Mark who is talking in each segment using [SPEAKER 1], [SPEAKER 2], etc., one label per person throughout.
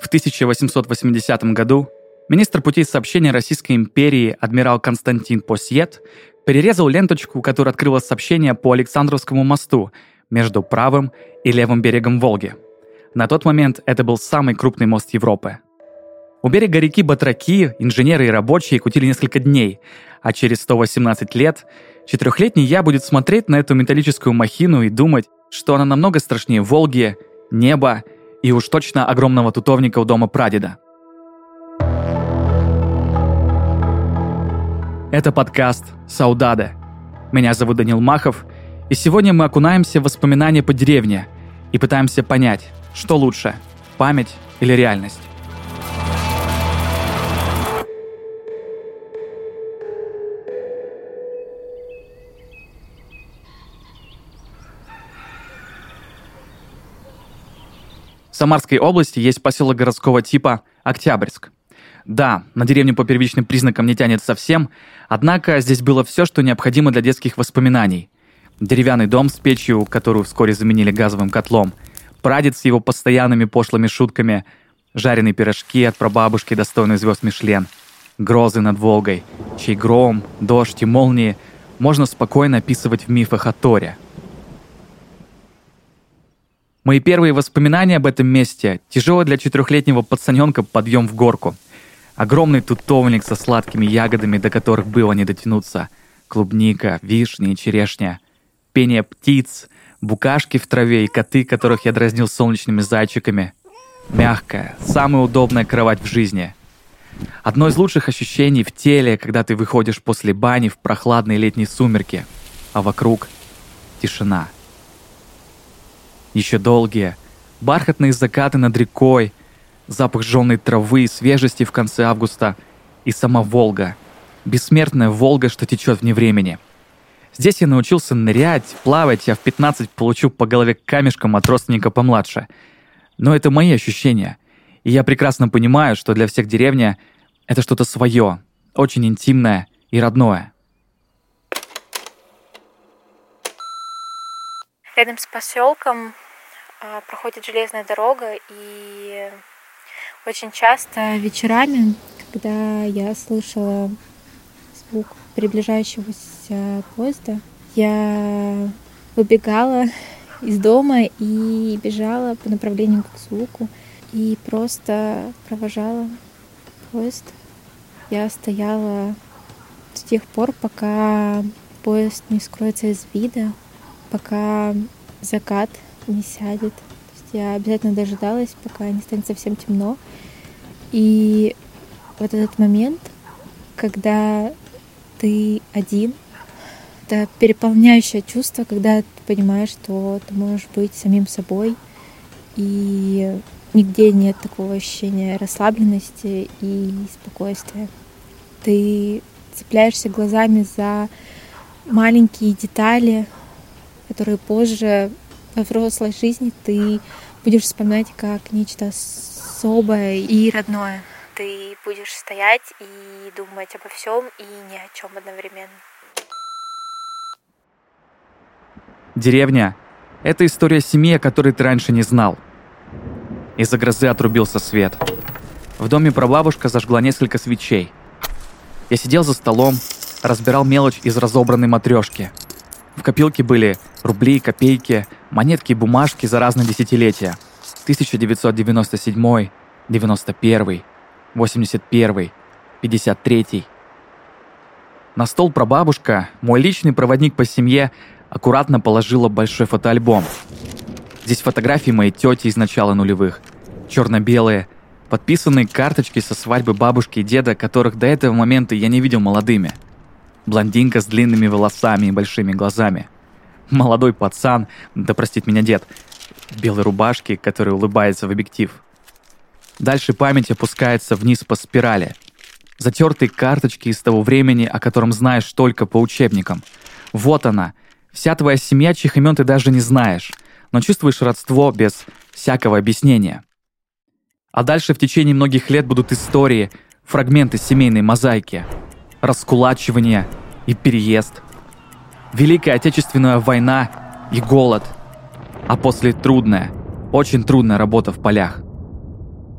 [SPEAKER 1] В 1880 году министр путей сообщения Российской империи адмирал Константин Посьет перерезал ленточку, которая открыла сообщение по Александровскому мосту между правым и левым берегом Волги. На тот момент это был самый крупный мост Европы. У берега реки батраки инженеры и рабочие кутили несколько дней, а через 118 лет четырехлетний я будет смотреть на эту металлическую махину и думать, что она намного страшнее Волги, неба и уж точно огромного тутовника у дома прадеда. Это подкаст «Саудаде». Меня зовут Данил Махов, и сегодня мы окунаемся в воспоминания по деревне и пытаемся понять, что лучше – память или реальность. В Самарской области есть поселок городского типа Октябрьск. Да, на деревню по первичным признакам не тянет совсем, однако здесь было все, что необходимо для детских воспоминаний. Деревянный дом с печью, которую вскоре заменили газовым котлом, прадед с его постоянными пошлыми шутками, жареные пирожки от прабабушки, достойные звезд Мишлен, грозы над Волгой, чей гром, дождь и молнии можно спокойно описывать в мифах о Торе. Мои первые воспоминания об этом месте – тяжелый для четырехлетнего пацаненка подъем в горку. Огромный тутовник со сладкими ягодами, до которых было не дотянуться. Клубника, вишня и черешня. Пение птиц, букашки в траве и коты, которых я дразнил солнечными зайчиками. Мягкая, самая удобная кровать в жизни. Одно из лучших ощущений в теле, когда ты выходишь после бани в прохладные летние сумерки, а вокруг тишина. Еще долгие, бархатные закаты над рекой, запах жженой травы и свежести в конце августа и сама Волга, бессмертная Волга, что течет вне времени. Здесь я научился нырять, плавать, а в 15 получу по голове камешком от родственника помладше. Но это мои ощущения, и я прекрасно понимаю, что для всех деревня — это что-то свое, очень интимное и родное.
[SPEAKER 2] Рядом с поселком проходит железная дорога, и очень часто вечерами, когда я слышала звук приближающегося поезда, я выбегала из дома и бежала по направлению к звуку и просто провожала поезд. Я стояла с тех пор, пока поезд не скроется из вида, пока закат не сядет. То есть я обязательно дожидалась, пока не станет совсем темно. И вот этот момент, когда ты один, это переполняющее чувство, когда ты понимаешь, что ты можешь быть самим собой, и нигде нет такого ощущения расслабленности и спокойствия. Ты цепляешься глазами за маленькие детали, которые позже во взрослой жизни ты будешь вспоминать как нечто особое и родное. Ты будешь стоять и думать обо всем и ни о чем одновременно.
[SPEAKER 1] Деревня — это история семьи, о которой ты раньше не знал. Из-за грозы отрубился свет. В доме прабабушка зажгла несколько свечей. Я сидел за столом, разбирал мелочь из разобранной матрешки. В копилке были рубли, копейки, монетки и бумажки за разные десятилетия. 1997, 91, 81, 53. На стол прабабушка, мой личный проводник по семье, аккуратно положила большой фотоальбом. Здесь фотографии моей тети из начала нулевых. Черно-белые, подписанные карточки со свадьбы бабушки и деда, которых до этого момента я не видел молодыми. Блондинка с длинными волосами и большими глазами. Молодой пацан, да простит меня дед, в белой рубашке, который улыбается в объектив. Дальше память опускается вниз по спирали. Затертые карточки из того времени, о котором знаешь только по учебникам. Вот она, вся твоя семья, чьих имен ты даже не знаешь, но чувствуешь родство без всякого объяснения. А дальше в течение многих лет будут истории, фрагменты семейной мозаики. Раскулачивание и переезд. Великая Отечественная война и голод. А после трудная, очень трудная работа в полях.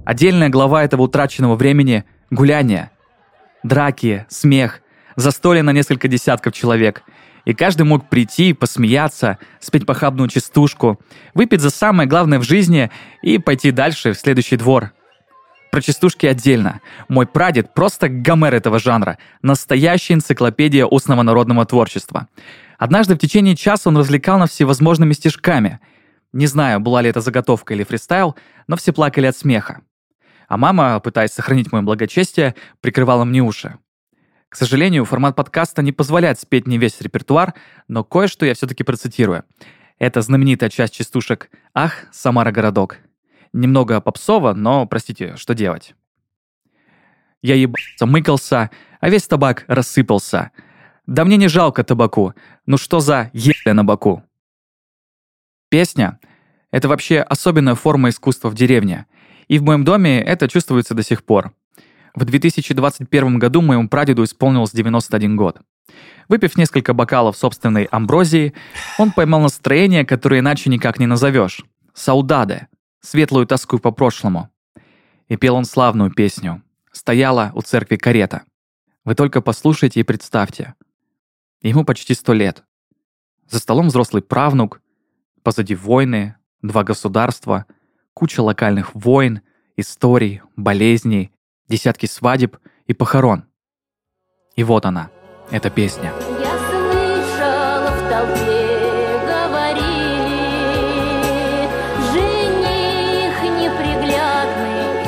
[SPEAKER 1] Отдельная глава этого утраченного времени – гуляние. Драки, смех, застолье на несколько десятков человек. И каждый мог прийти, посмеяться, спеть похабную частушку, выпить за самое главное в жизни и пойти дальше в следующий двор. Про частушки отдельно. Мой прадед просто Гомер этого жанра. Настоящая энциклопедия устного народного творчества. Однажды в течение часа он развлекал нас всевозможными стишками. Не знаю, была ли это заготовка или фристайл, но все плакали от смеха. А мама, пытаясь сохранить мое благочестие, прикрывала мне уши. К сожалению, формат подкаста не позволяет спеть не весь репертуар, но кое-что я все-таки процитирую. Это знаменитая часть частушек «Ах, Самара городок». Немного попсово, но, простите, что делать? Я ебался, мыкался, а весь табак рассыпался. Да мне не жалко табаку, ну что за ебля на боку? Песня — это вообще особенная форма искусства в деревне, и в моем доме это чувствуется до сих пор. В 2021 году моему прадеду исполнилось 91 год. Выпив несколько бокалов собственной амброзии, он поймал настроение, которое иначе никак не назовешь. Саудаде, светлую тоску по прошлому. И пел он славную песню. Стояла у церкви карета. Вы только послушайте и представьте. Ему почти 100 лет. За столом взрослый правнук, позади войны, 2 государства, куча локальных войн, историй, болезней, десятки свадеб и похорон. И вот она, эта песня.
[SPEAKER 3] Я слышала в толпе говорили, жених неприглядный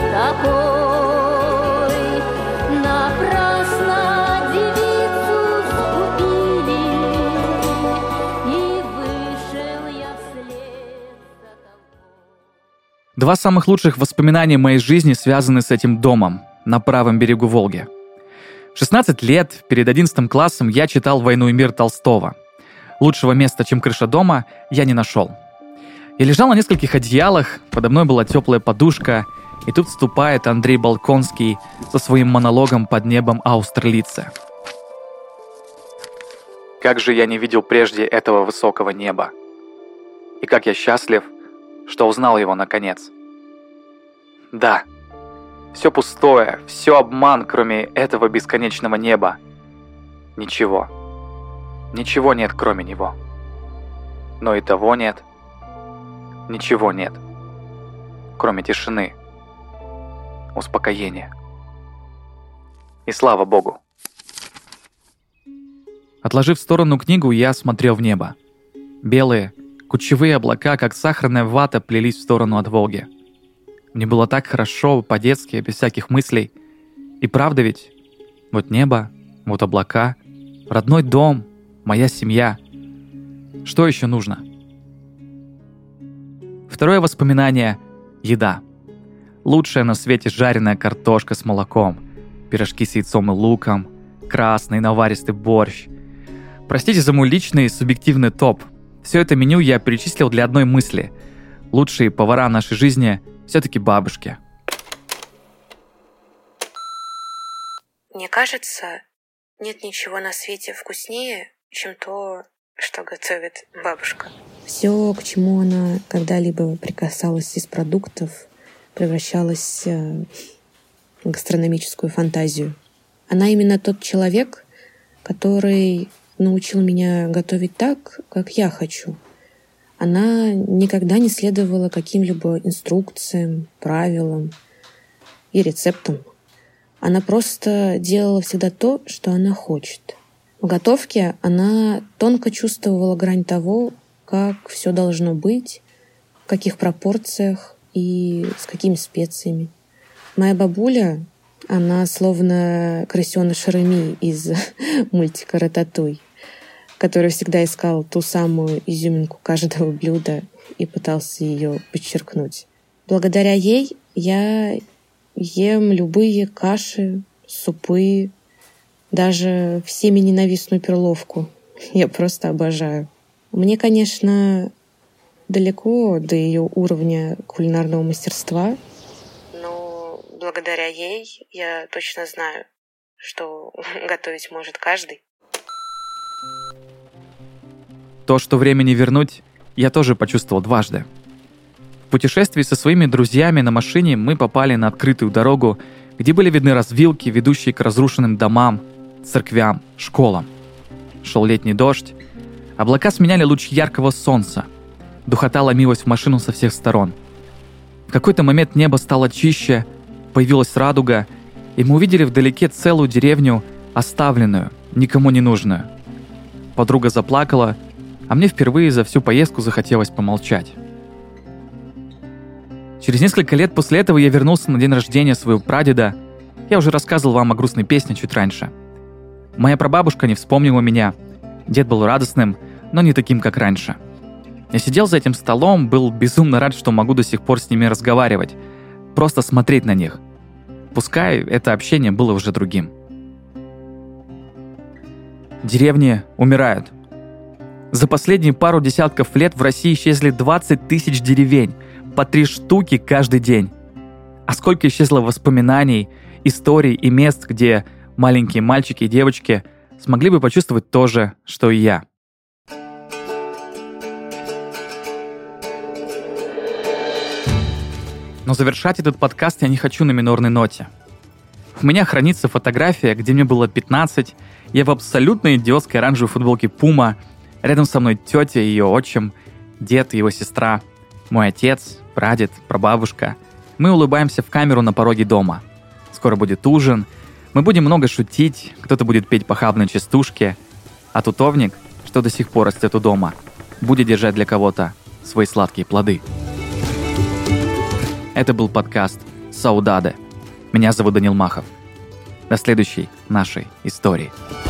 [SPEAKER 3] такой, напрасно девицу сгубили, и вышел я вслед за толпой.
[SPEAKER 1] 2 самых лучших воспоминания моей жизни связаны с этим домом на правом берегу Волги. В 16 лет, перед 11 классом, я читал «Войну и мир» Толстого. Лучшего места, чем крыша дома, я не нашел. Я лежал на нескольких одеялах, подо мной была теплая подушка, и тут вступает Андрей Балконский со своим монологом «Под небом Аустерлице». Как же я не видел прежде этого высокого неба. И как я счастлив, что узнал его наконец. Да, все пустое, все обман, кроме этого бесконечного неба. Ничего. Ничего нет, кроме него. Но и того нет. Ничего нет, кроме тишины, успокоения. И слава Богу. Отложив в сторону книгу, я смотрел в небо. Белые, кучевые облака, как сахарная вата, плелись в сторону от Волги. Мне было так хорошо, по-детски, без всяких мыслей. И правда ведь? Вот небо, вот облака, родной дом, моя семья. Что еще нужно? Второе воспоминание – еда. Лучшая на свете жареная картошка с молоком, пирожки с яйцом и луком, красный наваристый борщ. Простите за мой личный субъективный топ. Все это меню я перечислил для одной мысли. Лучшие повара нашей жизни – все-таки бабушки.
[SPEAKER 2] Мне кажется, нет ничего на свете вкуснее, чем то, что готовит бабушка.
[SPEAKER 4] Все, к чему она когда-либо прикасалась из продуктов, превращалось в гастрономическую фантазию. Она именно тот человек, который научил меня готовить так, как я хочу. Она никогда не следовала каким-либо инструкциям, правилам и рецептам. Она просто делала всегда то, что она хочет. В готовке она тонко чувствовала грань того, как все должно быть, в каких пропорциях и с какими специями. Моя бабуля, она словно крысёныш Реми из мультика «Рататуй», который всегда искал ту самую изюминку каждого блюда и пытался ее подчеркнуть. Благодаря ей я ем любые каши, супы, даже всеми ненавистную перловку. Я просто обожаю. Мне, конечно, далеко до ее уровня кулинарного мастерства, но благодаря ей я точно знаю, что готовить может каждый.
[SPEAKER 1] То, что время не вернуть, я тоже почувствовал дважды. путешествии со своими друзьями на машине мы попали на открытую дорогу, где были видны развилки, ведущие к разрушенным домам, церквям, школам. Шел летний дождь, облака сменяли луч яркого солнца, духота ломилась в машину со всех сторон. В какой-то момент небо стало чище, появилась радуга, и мы увидели вдалеке целую деревню, оставленную, никому не нужную. Подруга заплакала, а мне впервые за всю поездку захотелось помолчать. Через несколько лет после этого я вернулся на день рождения своего прадеда. Я уже рассказывал вам о грустной песне чуть раньше. Моя прабабушка не вспомнила меня. Дед был радостным, но не таким, как раньше. Я сидел за этим столом, был безумно рад, что могу до сих пор с ними разговаривать. Просто смотреть на них. Пускай это общение было уже другим. Деревни умирают. За последние пару десятков лет в России исчезли 20 тысяч деревень, по 3 штуки каждый день. А сколько исчезло воспоминаний, историй и мест, где маленькие мальчики и девочки смогли бы почувствовать то же, что и я. Но завершать этот подкаст я не хочу на минорной ноте. У меня хранится фотография, где мне было 15, я в абсолютно идиотской оранжевой футболке Puma, рядом со мной тетя и ее отчим, дед и его сестра, мой отец, прадед, прабабушка. Мы улыбаемся в камеру на пороге дома. Скоро будет ужин, мы будем много шутить, кто-то будет петь похабные частушки, а тутовник, что до сих пор растет у дома, будет держать для кого-то свои сладкие плоды. Это был подкаст «Саудаде». Меня зовут Данил Махов. До следующей нашей истории.